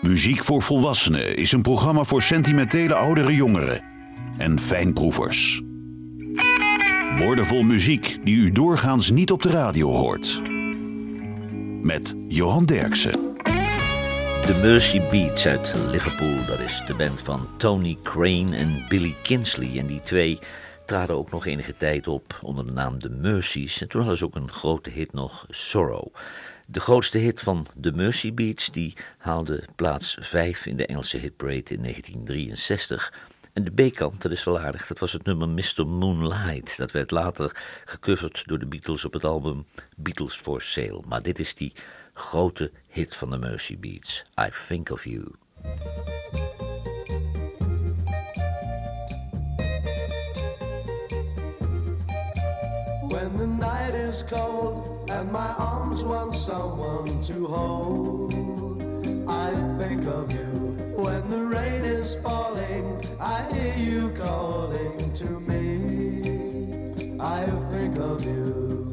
Muziek voor Volwassenen is een programma voor sentimentele oudere jongeren en fijnproevers. Woordenvol muziek die u doorgaans niet op de radio hoort. Met Johan Derksen. De Mersey Beats uit Liverpool, dat is de band van Tony Crane en Billy Kinsley. En die twee traden ook nog enige tijd op onder de naam The Merseys. En toen hadden ze ook een grote hit nog, Sorrow. De grootste hit van de Mersey Beats die haalde plaats 5 in de Engelse hitparade in 1963. En de B-kant, dat is wel aardig, dat was het nummer Mr. Moonlight. Dat werd later gecoverd door de Beatles op het album Beatles for Sale. Maar dit is die grote hit van de Mersey Beats, I Think of You. When the night is cold and my arms want someone to hold, I think of you. When the rain is falling, I hear you calling to me. I think of you.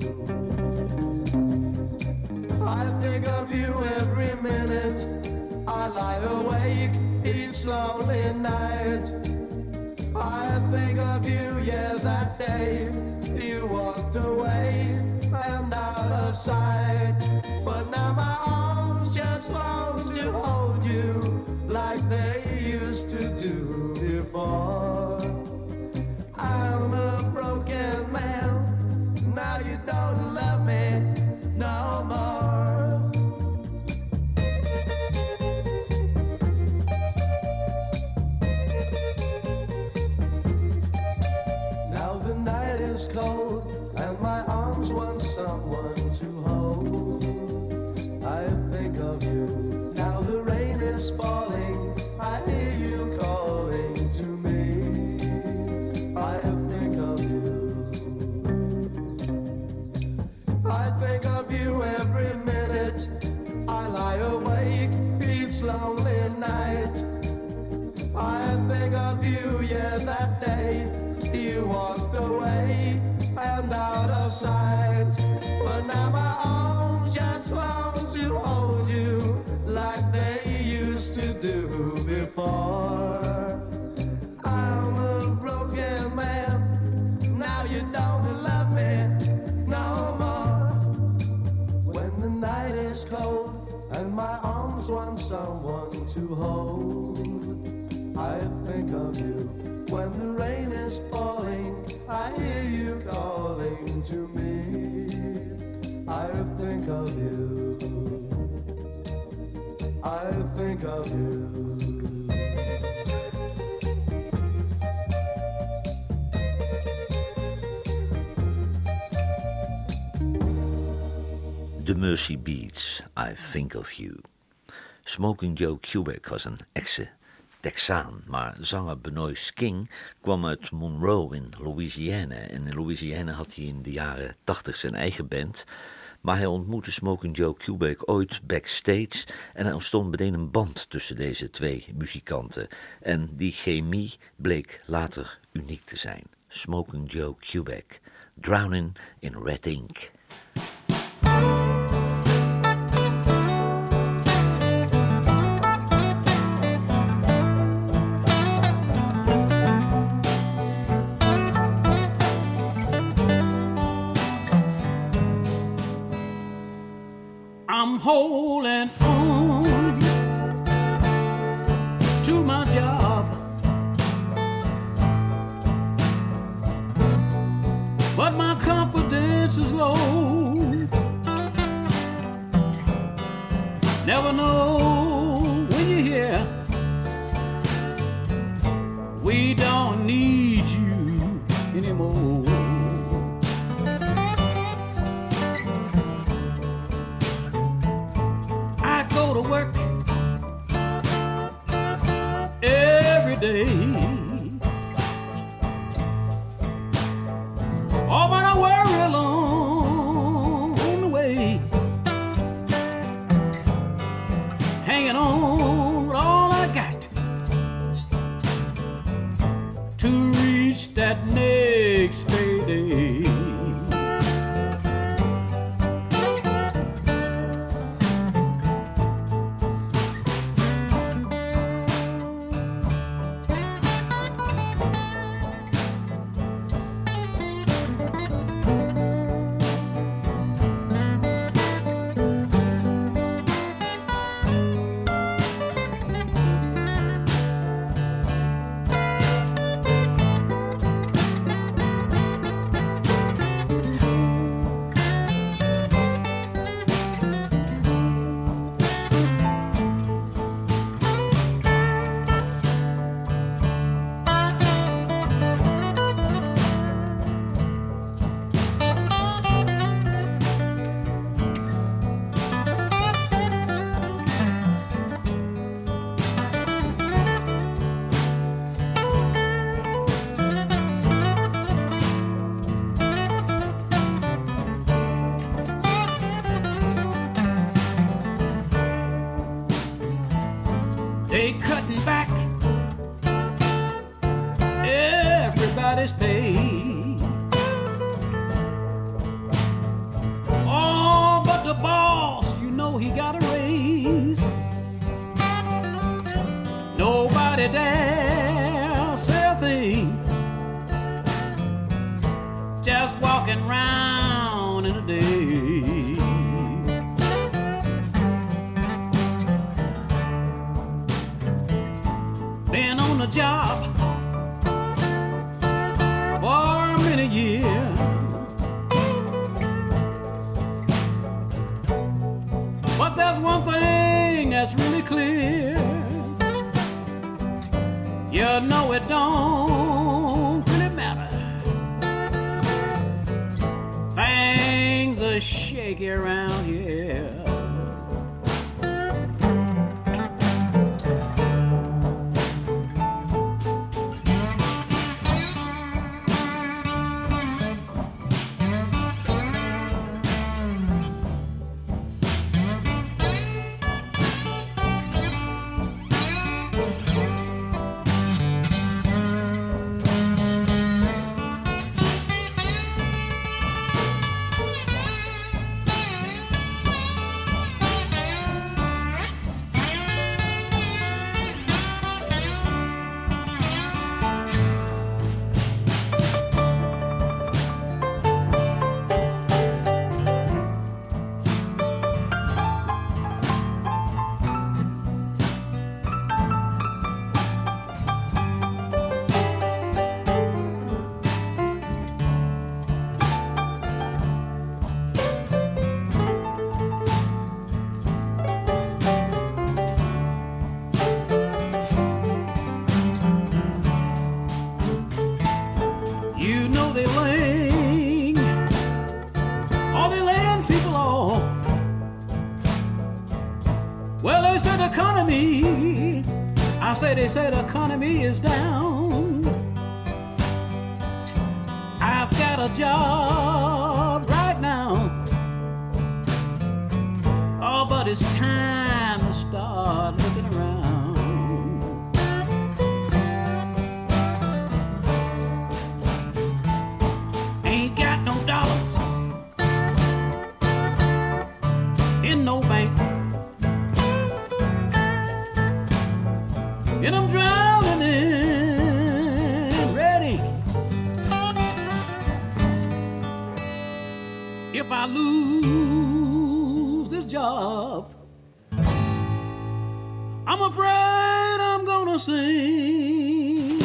I think of you every minute. I lie awake each lonely night. I think of you, yeah, that day you walked away and out of sight. But now my arms just long to hold you like they used to do before. I'm a broken man, now you don't love me no more. Now the night is cold and my arms want someone to hold. I think of you. Now the rain is falling, I hear you calling to me. I think of you. I think of you every minute. I lie awake each lonely night. I think of you, yeah, that day you walked away and out of sight. But now my arms just long to hold you like they used to do before. I'm a broken man, now you don't love me no more. When the night is cold and my arms want someone to hold, I think of you. When the rain is falling, I hear you calling to me. I think of you. I think of you. The Mersey Beats, I Think of You. Smoking Joe Kubek was een ex-Texaan, maar zanger Benoist King kwam uit Monroe in Louisiana. En in Louisiana had hij in de jaren 80 zijn eigen band. Maar hij ontmoette Smoking Joe Kubek ooit backstage en er ontstond meteen een band tussen deze twee muzikanten. En die chemie bleek later uniek te zijn. Smoking Joe Kubek, Drowning in Red Ink. I'm holding on to my job, but my confidence is low. Never know when you're here. We don't need you anymore. Go to work every day. Oh, but I worry along the way. they cutting back everybody's pay. Oh, but the boss, you know he got a raise. Nobody dare say a thing. Just walking round in a day. Been on the job for many years, but there's one thing that's really clear. You know it don't really matter. Things are shaky around here. They say the economy is down. I've got a job right now. Oh, but it's time to start looking around. Ain't got no dollars in no bank. And I'm drowning in red ink. If I lose this job, I'm afraid I'm gonna sing.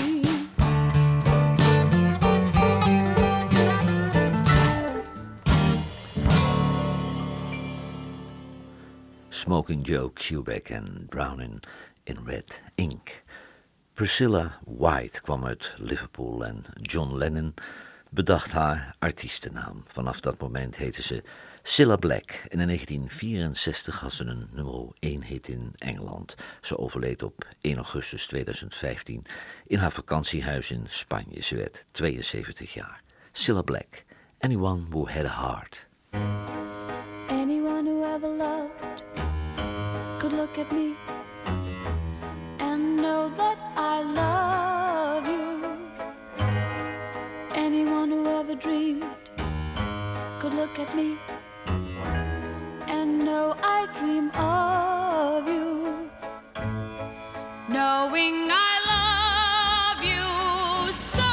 Smoking Joe Kubek en Drowning in Red Ink. Priscilla White kwam uit Liverpool en John Lennon bedacht haar artiestennaam. Vanaf dat moment heette ze Cilla Black en in 1964 had ze een nummer 1 hit in Engeland. Ze overleed op 1 augustus 2015 in haar vakantiehuis in Spanje. Ze werd 72 jaar. Cilla Black, Anyone Who Had a Heart. Anyone who ever loved could look at me and know that I love you. Anyone who ever dreamed could look at me and know I dream of you. Knowing I love you so.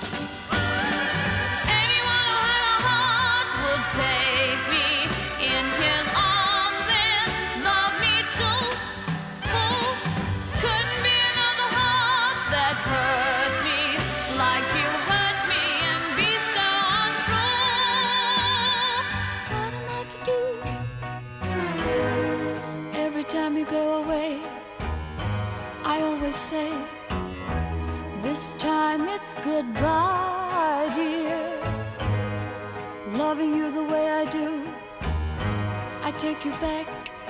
Anyone who had a heart would take me in his arms and love me too. Who couldn't be another heart that hurt me like you hurt me and be so untrue? What am I to do? Every time you go away, I always say, this time it's goodbye, dear. Loving you the way I do, I take you back.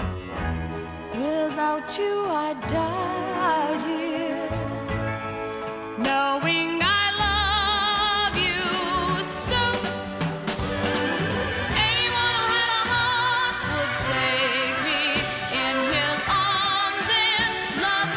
Without you I die, dear. Knowing I love you so. Anyone who had a heart would take me in his arms and love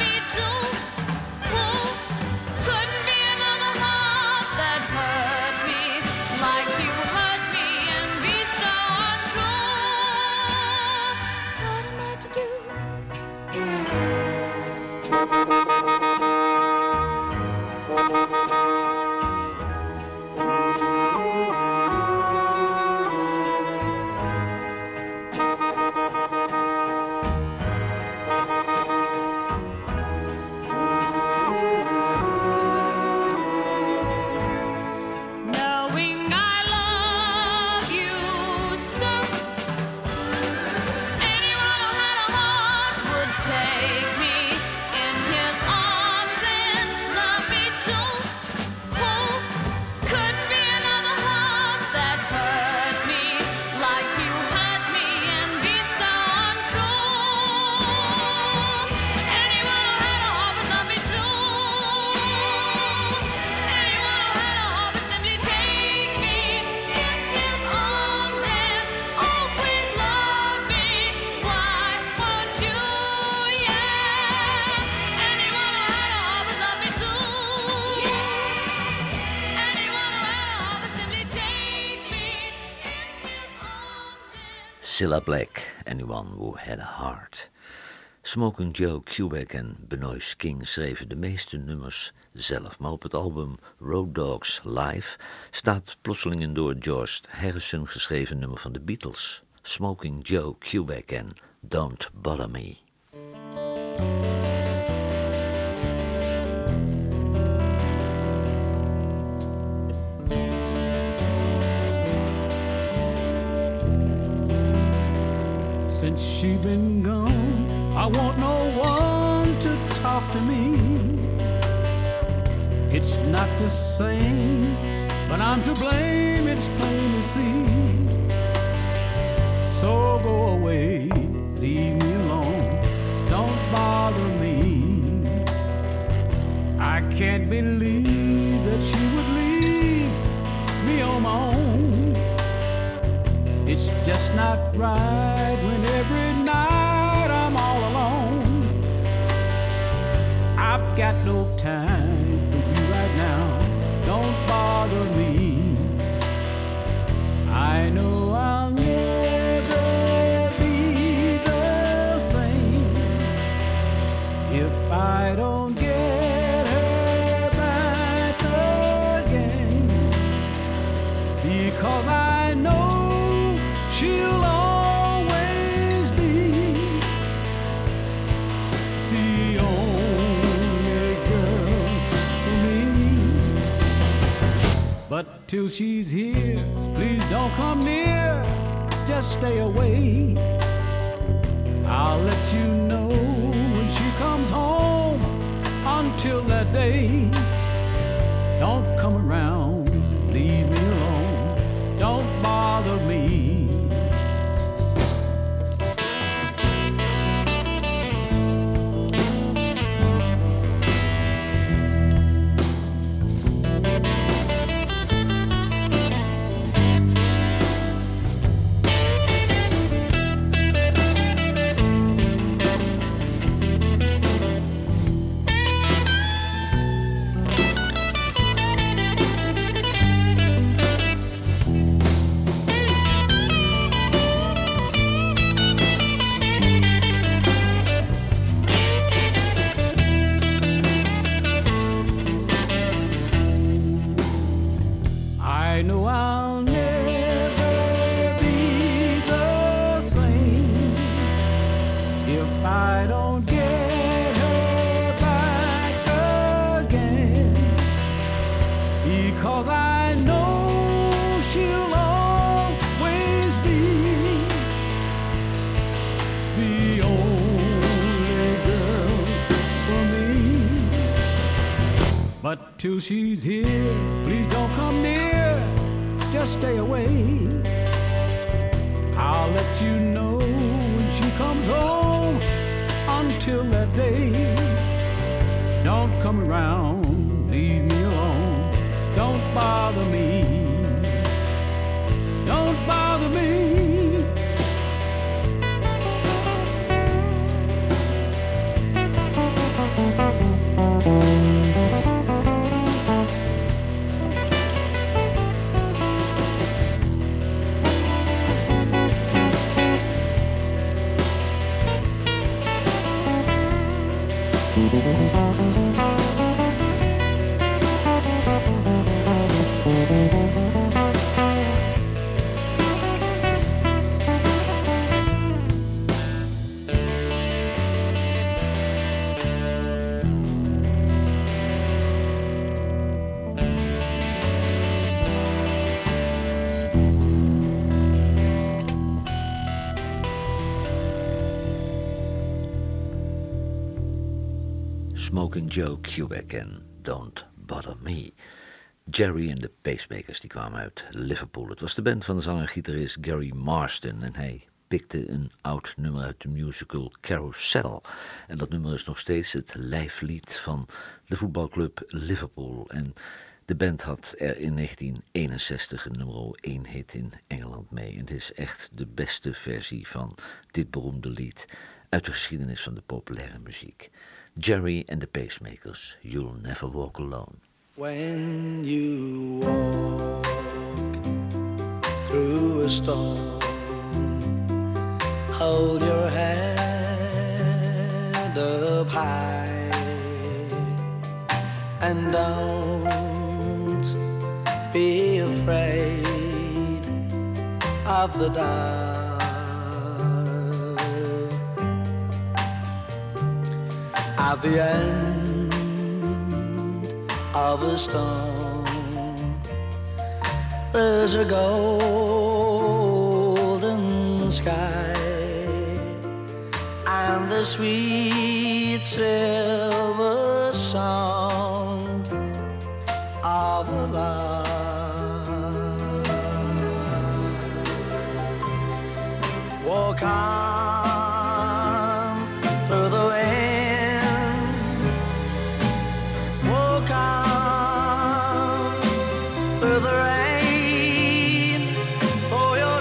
Cilla Black, Anyone Who Had a Heart. Smoking Joe Kubek en Benoist King schreven de meeste nummers zelf, maar op het album Road Dogs Live staat plotseling een door George Harrison geschreven nummer van de Beatles, Smoking Joe Kubek en Don't Bother Me. Since she's been gone, I want no one to talk to me. It's not the same, but I'm to blame, it's plain to see. So go away, leave me alone, don't bother me. I can't believe that she would leave me on my own. It's just not right when every night I'm all alone. I've got no time for you right now, don't bother me. I know I'll never be the same if I don't get her back again, because I know she'll always be the only girl for me. But till she's here, please don't come near, just stay away. I'll let you know when she comes home. Until that day, don't come around, leave me alone, don't bother me. I know I'll never be the same if I don't get her back again, because I know she'll always be the only girl for me. But till she's here, please don't come near, just stay away. I'll let you know when she comes home. Until that day, don't come around, leave me alone, don't bother me, don't bother me. Smoking Joe Kubek en Don't Bother Me. Jerry en de Pacemakers die kwamen uit Liverpool. Het was de band van de zanger-gitarist Gary Marston en hij pikte een oud nummer uit de musical Carousel. En dat nummer is nog steeds het lijflied van de voetbalclub Liverpool. En de band had er in 1961 een nummer 1 hit in Engeland mee. En het is echt de beste versie van dit beroemde lied uit de geschiedenis van de populaire muziek. Jerry and the Pacemakers, You'll Never Walk Alone. When you walk through a storm, hold your head up high and don't be afraid of the dark. At the end of a storm, there's a golden sky and the sweet silver song of a lark. Walk on through the wind, walk on through the rain, for your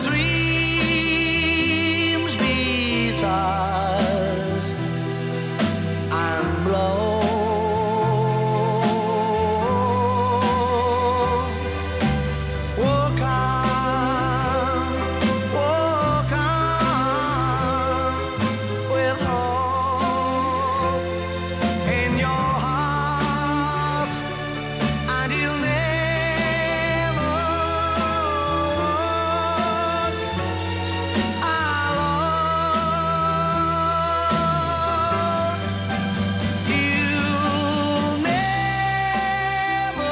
dreams be tossed and blown. Walk on with hope in your heart, and you'll never walk alone. You'll never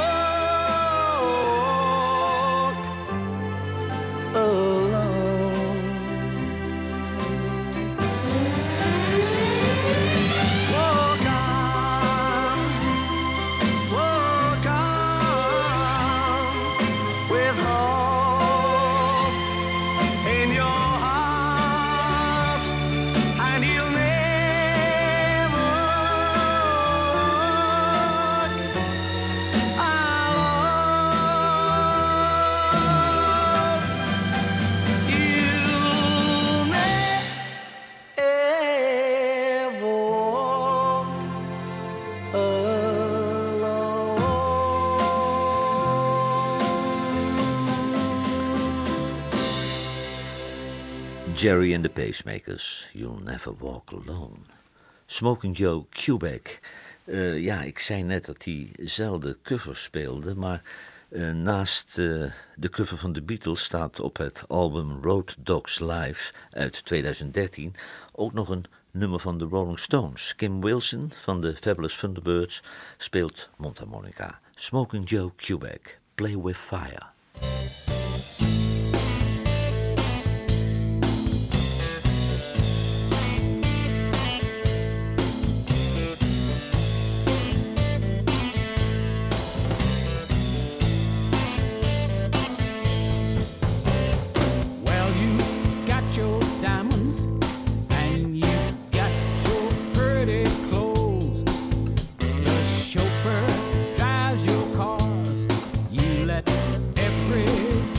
walk alone. Walk on with hope in your heart, and you'll never walk alone. You'll never walk Jerry and the Pacemakers, You'll Never Walk Alone. Smoking Joe Kubek. Ja, ik zei net dat hij zelden covers speelde, maar naast de cover van de Beatles staat op het album Road Dogs Live uit 2013 ook nog een nummer van de Rolling Stones. Kim Wilson van de Fabulous Thunderbirds speelt mondharmonica. Smoking Joe Kubek, Play With Fire. Well, you got your diamonds and you got your pretty clothes. The chauffeur drives your cars. You let everybody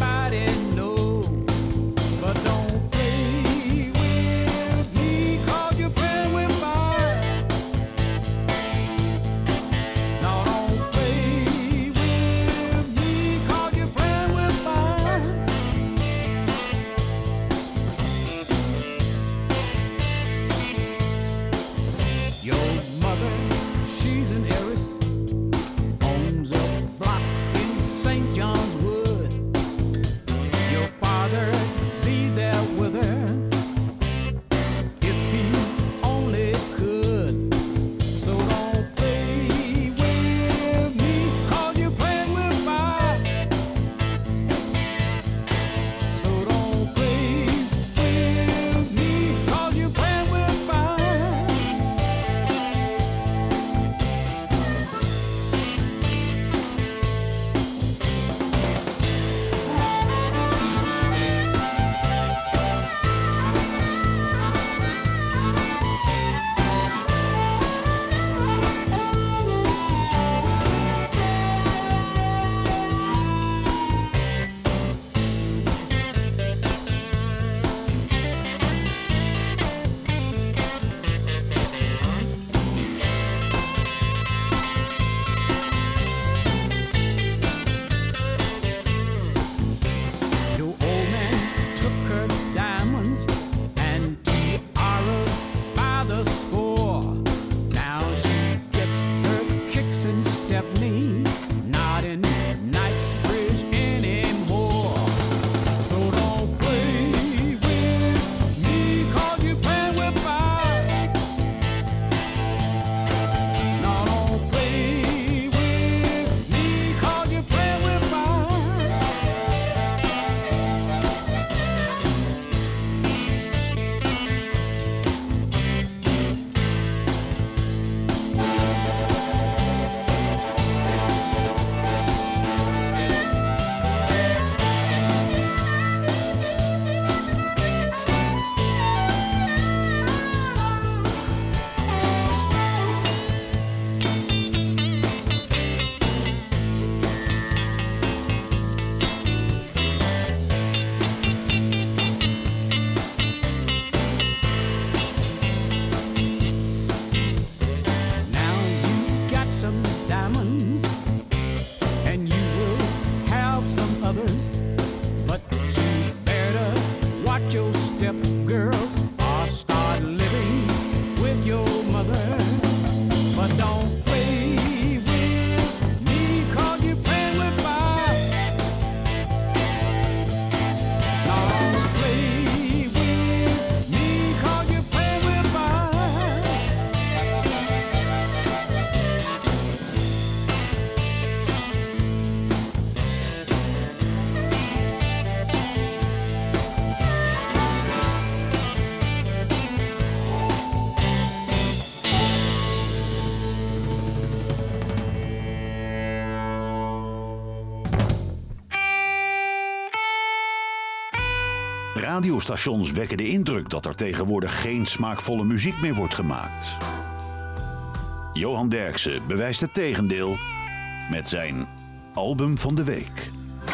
radiostations wekken de indruk dat er tegenwoordig geen smaakvolle muziek meer wordt gemaakt. Johan Derksen bewijst het tegendeel met zijn album van de week.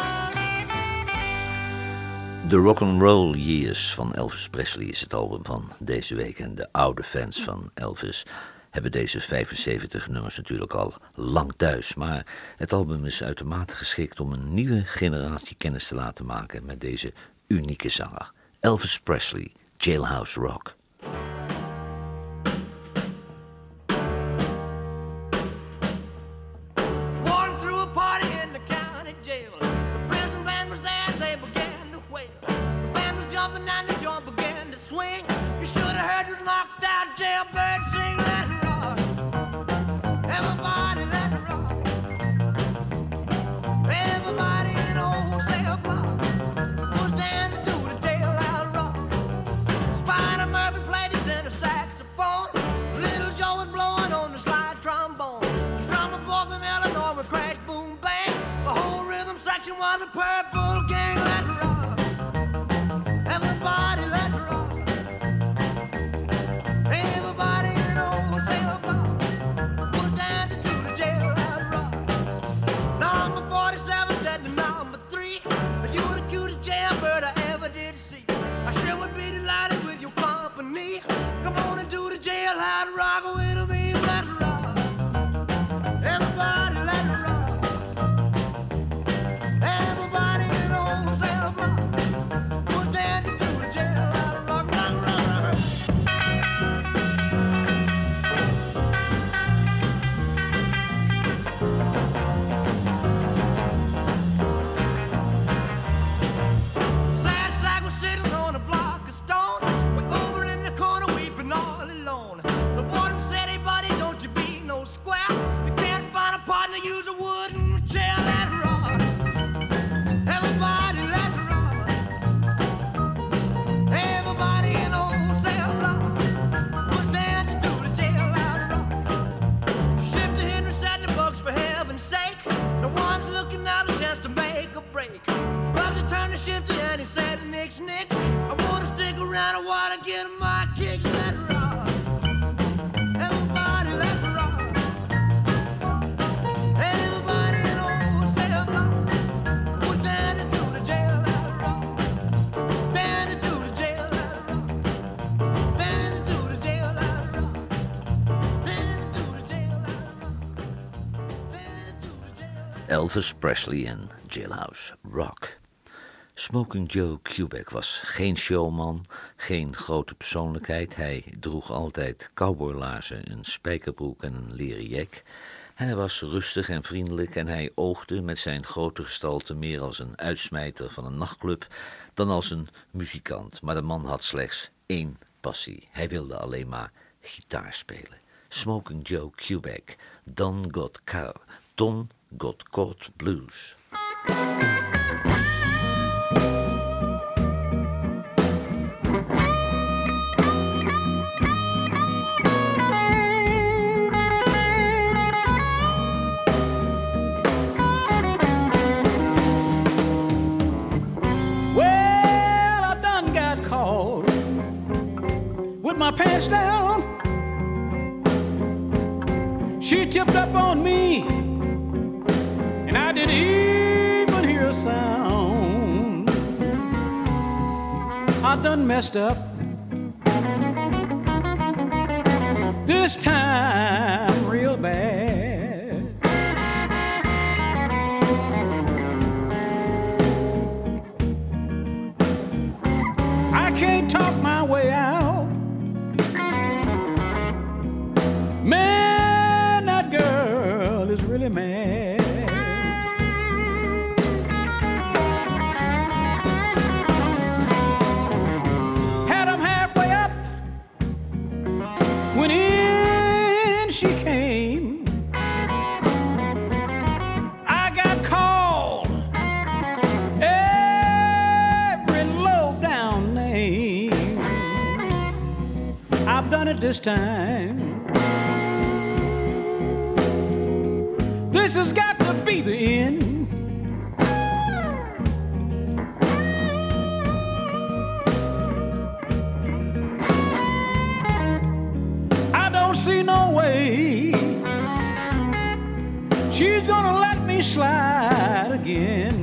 The Rock'n'Roll Years van Elvis Presley is het album van deze week. En de oude fans van Elvis hebben deze 75 nummers natuurlijk al lang thuis. Maar het album is uitermate geschikt om een nieuwe generatie kennis te laten maken met deze unieke zanger. Elvis Presley, Jailhouse Rock. Was a purple gang, let's rock. Everybody, let's rock. Everybody in old Sailor Block was dancing to the jailhouse rock. Number 47 said to number 3, you're the cutest jailbird I ever did see. I sure would be delighted with your company. Come on and do the jailhouse rock with me, let's rock. Everybody, let's rock. Everybody in old Sailor Block was dancing to the jailhouse rock, rock, rock, rock. Sad sack was sitting on a block of stone, way over in the corner weeping all alone. The warden said, hey buddy, don't you be no square. You can't find a partner, use a wooden chair, let's rock. Everybody, let's rock. Everybody in old Sailor Block was dancing to the jailhouse rock. Shifter Henry said the books, for heaven's sake. No one's looking out a chance to make a break. Bugsy turned to Shifter and he said, nix, nix. I wanna stick around, I wanna get my kicks, let's rock. Everybody, let's rock. Everybody in old Sailor Block was dancing to the jailhouse rock. Dancing to the jailhouse rock. Dancing to the jailhouse rock. Dancing to the jailhouse rock. Dancing to the jailhouse. Elvis Presley en Jailhouse Rock. Smoking Joe Kubek was geen showman, geen grote persoonlijkheid. Hij droeg altijd cowboylaarzen, een spijkerbroek en een leren jack. En hij was rustig en vriendelijk en hij oogde met zijn grote gestalte meer als een uitsmijter van een nachtclub dan als een muzikant. Maar de man had slechts één passie. Hij wilde alleen maar gitaar spelen. Smoking Joe Kubek, Don Got Caught Blues. Well, I done got caught with my pants down. She tipped up on me, and I didn't even hear a sound. I done messed up this time real bad. I can't talk my way out. Man, that girl is really mad. Had 'em halfway up when in she came. I got called every low down name. I've done it this time. This has got to be the end. see no way she's gonna let me slide again.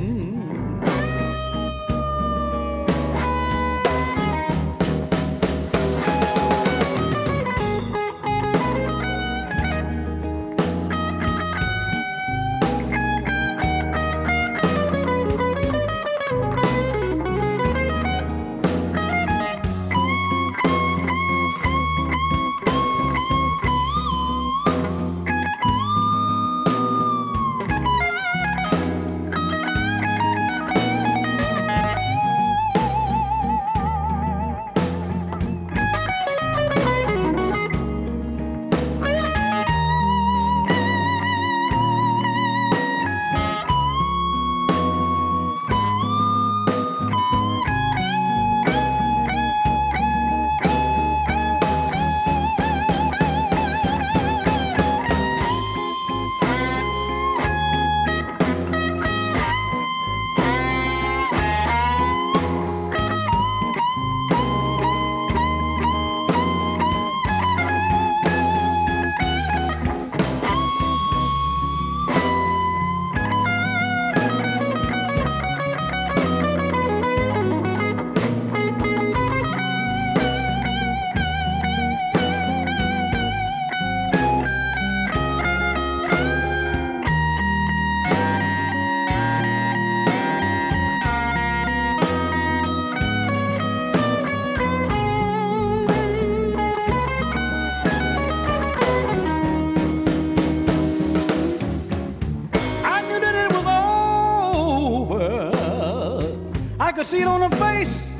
Could see it on her face.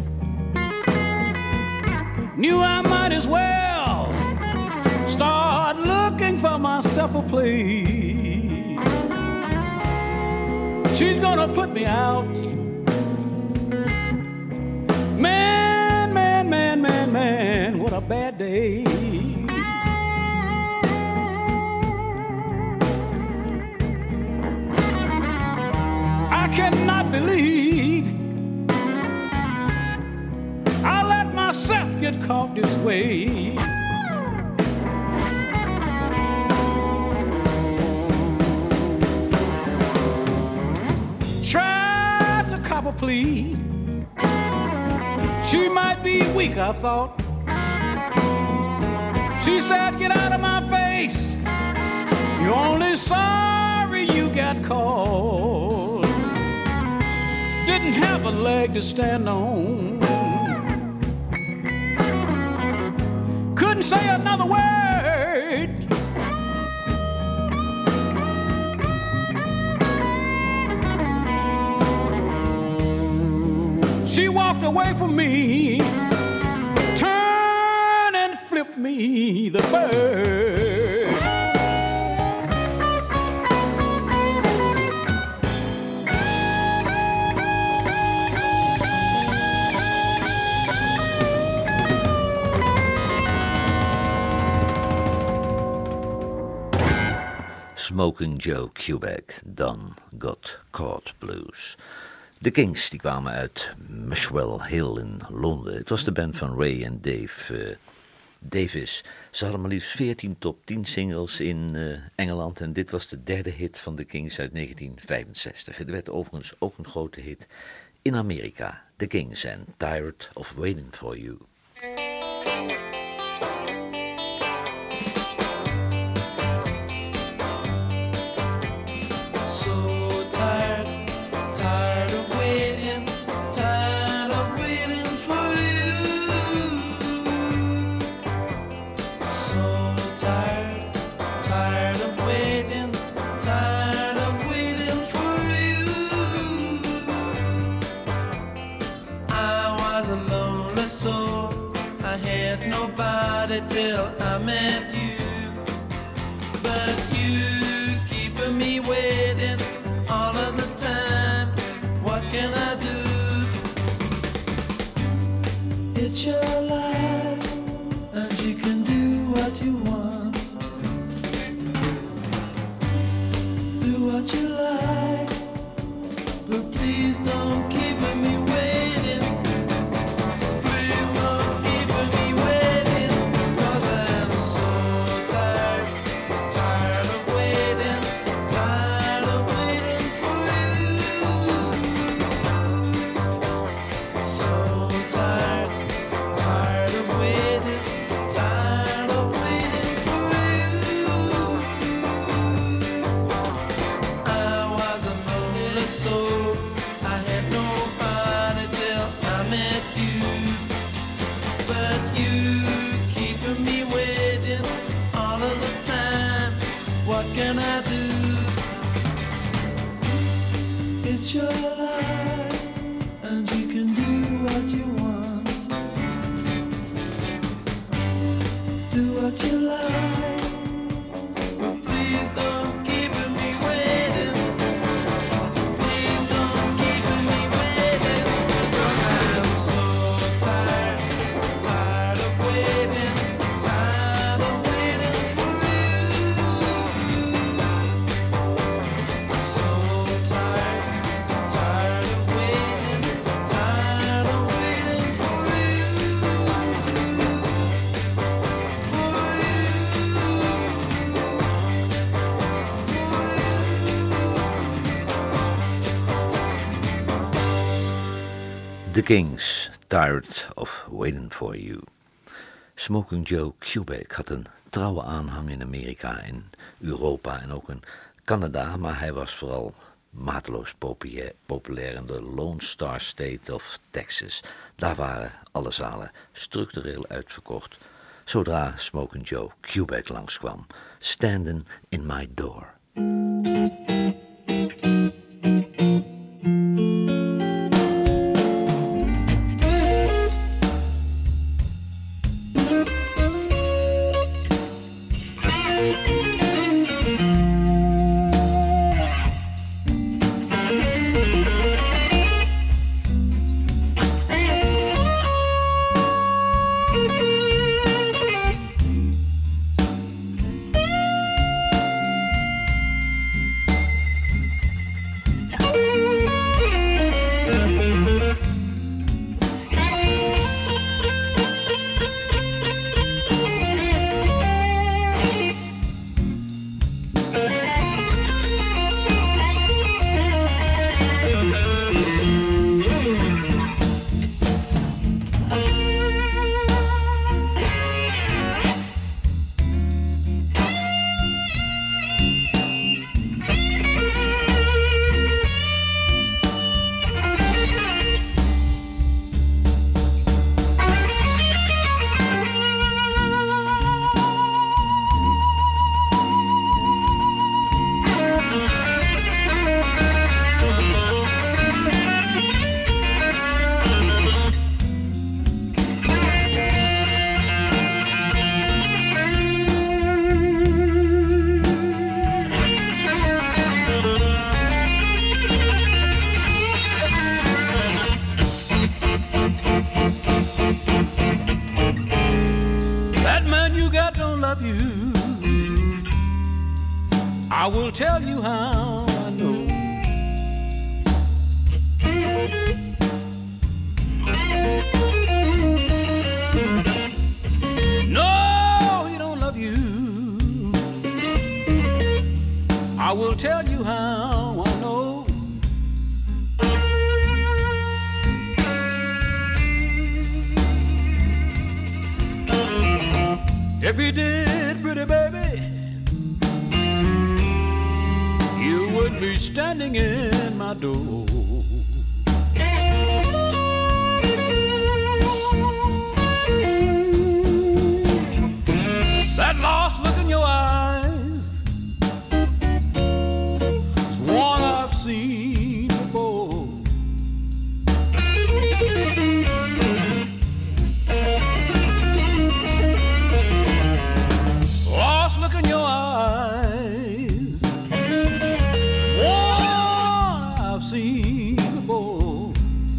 Knew I might as well start looking for myself a place. She's gonna put me out. Man, man, man, man, man, what a bad day. I cannot believe I let myself get caught this way. Tried to cop a plea. She might be weak, I thought. She said, get out of my face. You're only sorry you got caught. Didn't have a leg to stand on. Couldn't say another word. She walked away from me, turned and flipped me the bird. Smoking Joe Kubek, Done Got Caught Blues. De Kings die kwamen uit Muswell Hill in Londen. Het was de band van Ray en Dave Davis. Ze hadden maar liefst 14 top 10 singles in Engeland. En dit was de derde hit van de Kings uit 1965. Het werd overigens ook een grote hit in Amerika. The Kings en Tired of Waiting for You. Till I met you, but you keeping me waiting all of the time. What can I do? It's your life, and you can do what you want. Do what you like, but please don't keep me waiting. Please don't keep me waiting. So It's your life, and you can do what you want. Do what you like. Please don't keep me waiting. Please don't keep me waiting. 'Cause I'm so tired, tired of waiting, tired of waiting for you. So tired, tired of waiting, tired of waiting for you. For The Kings, Tired of Waiting for You. Smoking Joe Kubek had een trouwe aanhang in Amerika, in Europa en ook in Canada, maar hij was vooral mateloos populair in de Lone Star State of Texas. Daar waren alle zalen structureel uitverkocht zodra Smoking Joe Kubek langskwam. Standing in My Door. I will tell you how I know. No, he don't love you. I will tell you how I know. If he did, pretty baby, you would be standing in my door. That lost look in your eyes is one I've seen before. Lost look in your eyes, one I've seen before.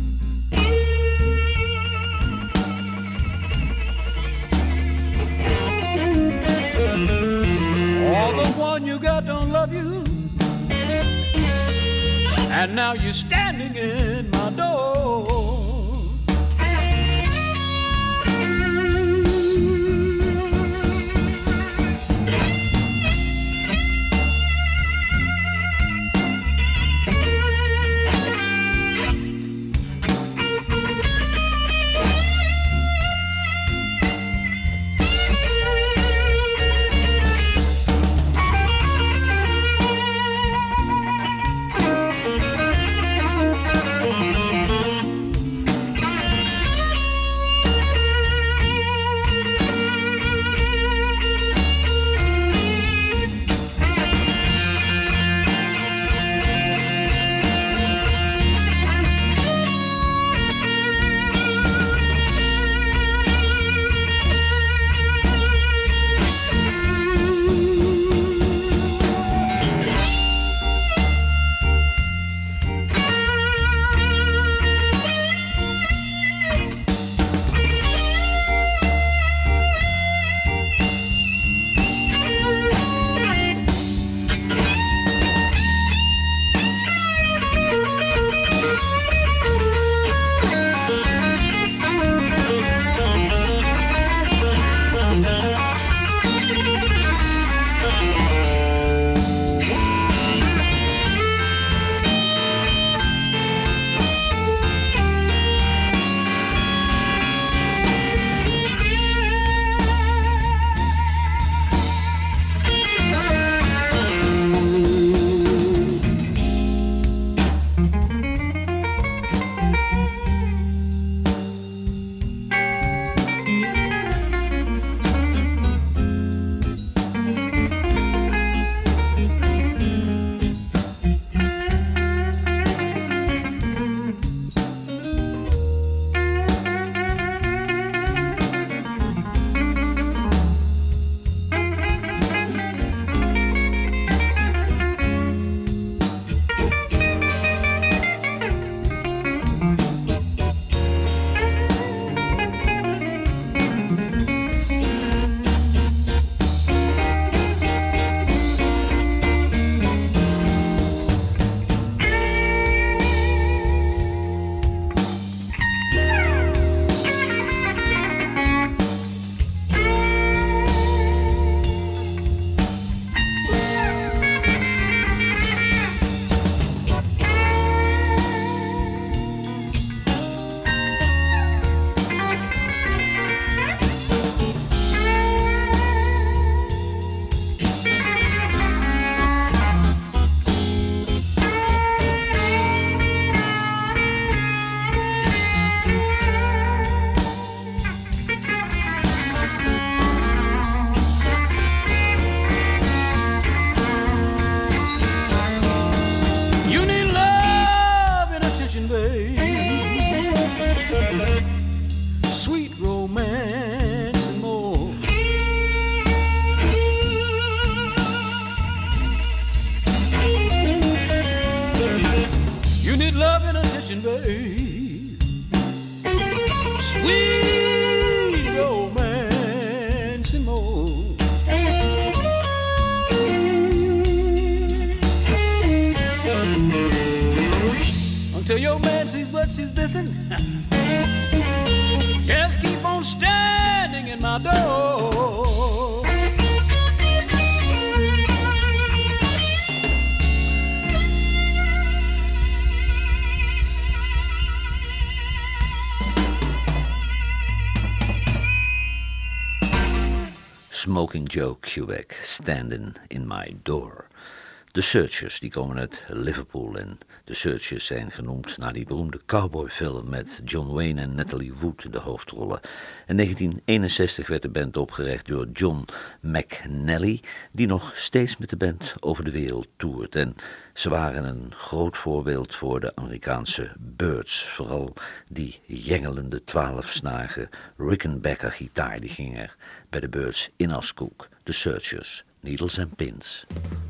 Or the one you got don't love you, and now you're standing in my door. passion, babe. Sweet romance and more. Until your man sees what she's missing, just keep on standing in my door. Smoking Joe Kubek, Standing in My Door. De Searchers, die komen uit Liverpool en de Searchers zijn genoemd naar die beroemde cowboyfilm met John Wayne en Natalie Wood in de hoofdrollen. In 1961 werd de band opgericht door John McNally, die nog steeds met de band over de wereld toert. En ze waren een groot voorbeeld voor de Amerikaanse Byrds. Vooral die jengelende 12-snarige Rickenbacker gitaar, die ging er bij de Byrds in als koek. De Searchers, Needles and Pins.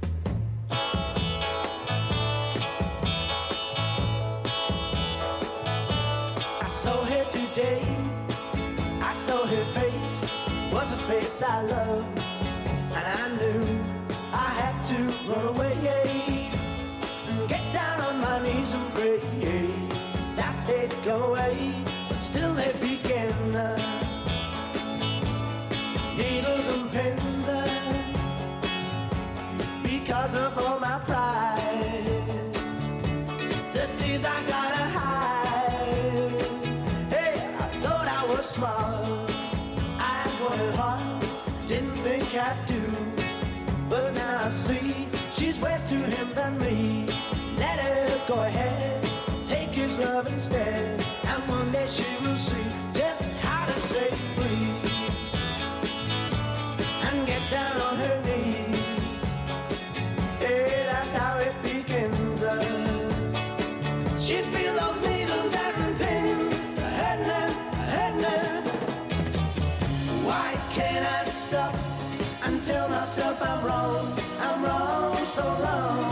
I saw her today, I saw her face, it was a face I loved, and I knew I had to run away and get down on my knees and pray that they'd go away, but still they begin. Needles and pins, because of all my pride, the tears I gotta hide. Hey, I thought I was smart, I wanted hard, didn't think I'd do, but now I see she's worse to him than me. Let her go ahead, take his love instead, and one day she will see just how to say please, and get down on her knees. Hey, that's how it begins. She feel those needles and pins hurting her. Why can't I stop and tell myself I'm wrong so long?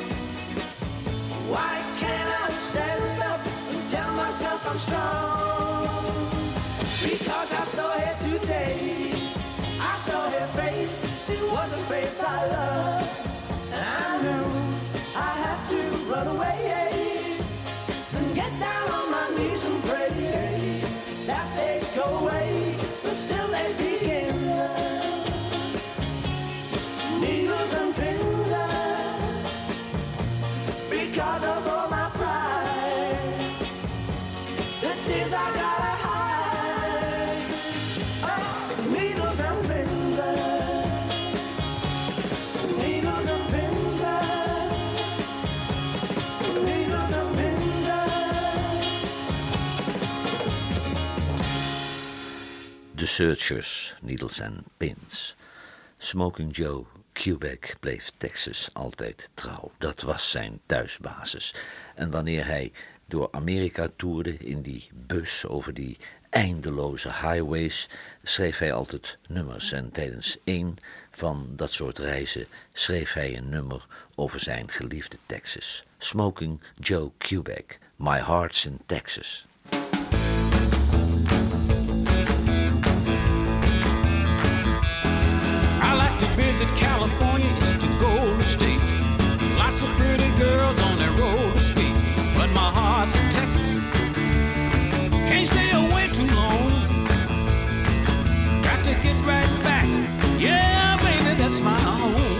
Why can't I stand up and tell myself I'm strong? Because I saw her today, I saw her face, it was a face I loved, and I knew I had to run away and get down on my knees and pray that they'd go away, but still they begin. Needles and pins, because of all my pride, the tears I gotta hide. Oh, needles and pins, needles and pins, needles and pins. The Searchers, Needles and Pins. Smoking Joe Kubek bleef Texas altijd trouw. Dat was zijn thuisbasis. En wanneer hij door Amerika toerde in die bus over die eindeloze highways, schreef hij altijd nummers. En tijdens één van dat soort reizen schreef hij een nummer over zijn geliefde Texas. Smoking Joe Kubek, My Heart's in Texas. I like to visit California, it's the Golden State. Lots of pretty girls on their roller skate. But my heart's in Texas, can't stay away too long. Got to get right back, yeah baby, that's my home.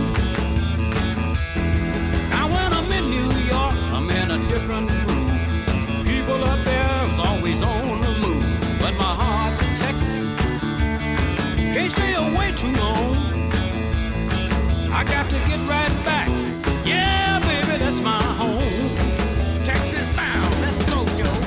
Now when I'm in New York, I'm in a different mood. People up there is always on the move. But my heart's in Texas, can't stay away too long. I got to get right back, yeah baby, that's my home. Texas bound, let's go Joe.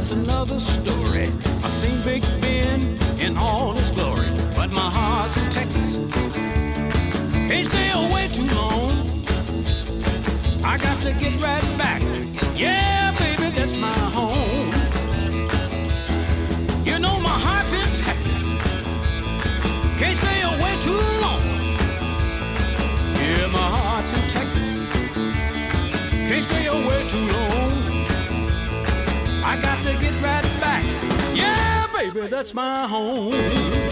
that's another story. I seen Big Ben in all his glory, but my heart's in Texas. Can't stay away too long. I got to get right back. Yeah, baby, that's my home. You know my heart's in Texas. Can't stay away too long. Yeah, my heart's in Texas. Can't stay away too long. I got to get right back. Yeah, baby, that's my home.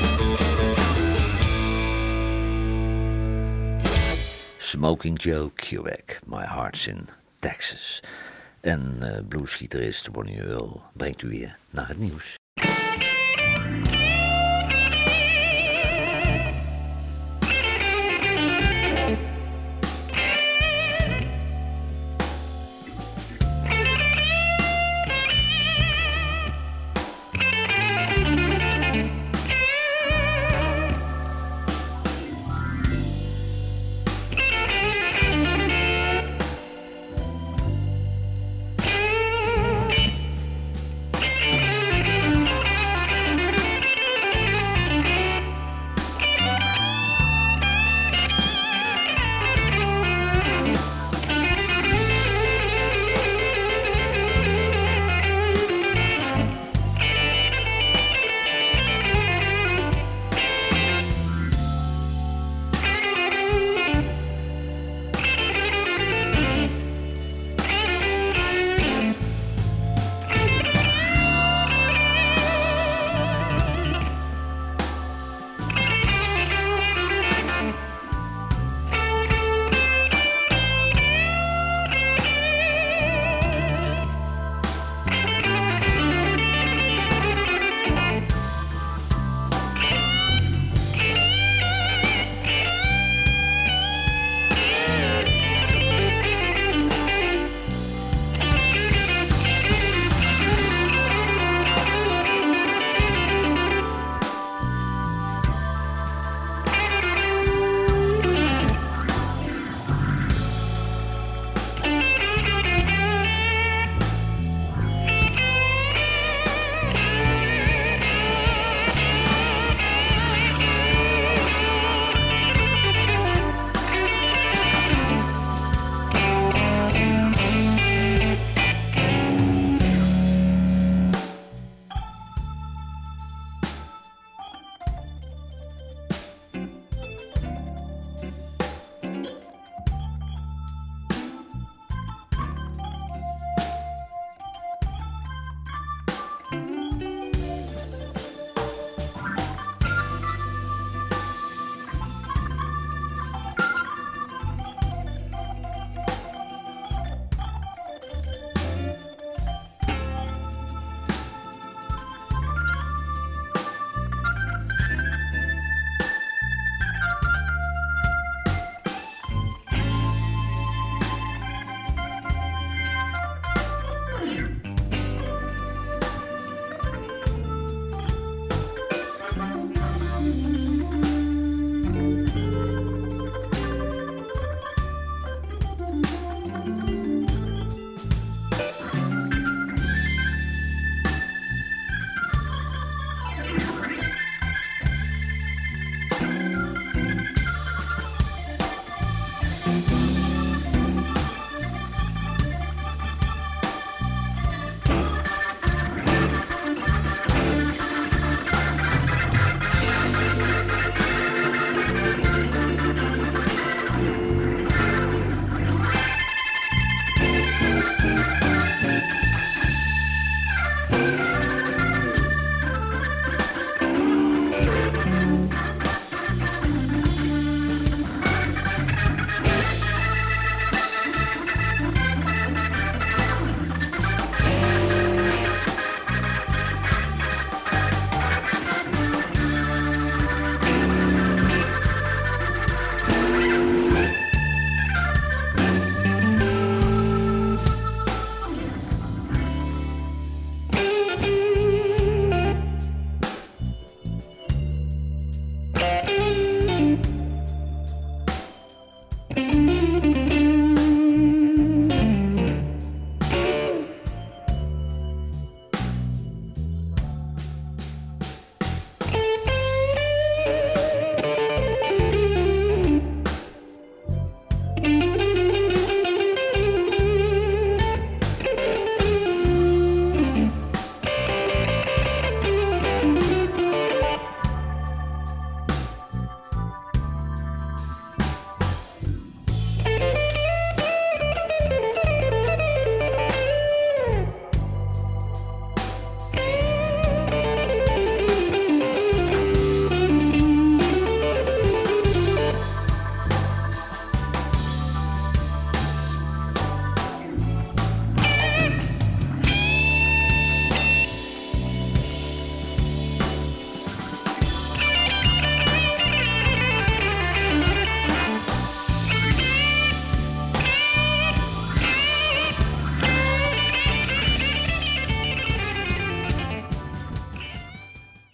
Smoking Joe Kubek, My Heart's in Texas. En bluesgitarist Bonnie Earl brengt u weer naar het nieuws.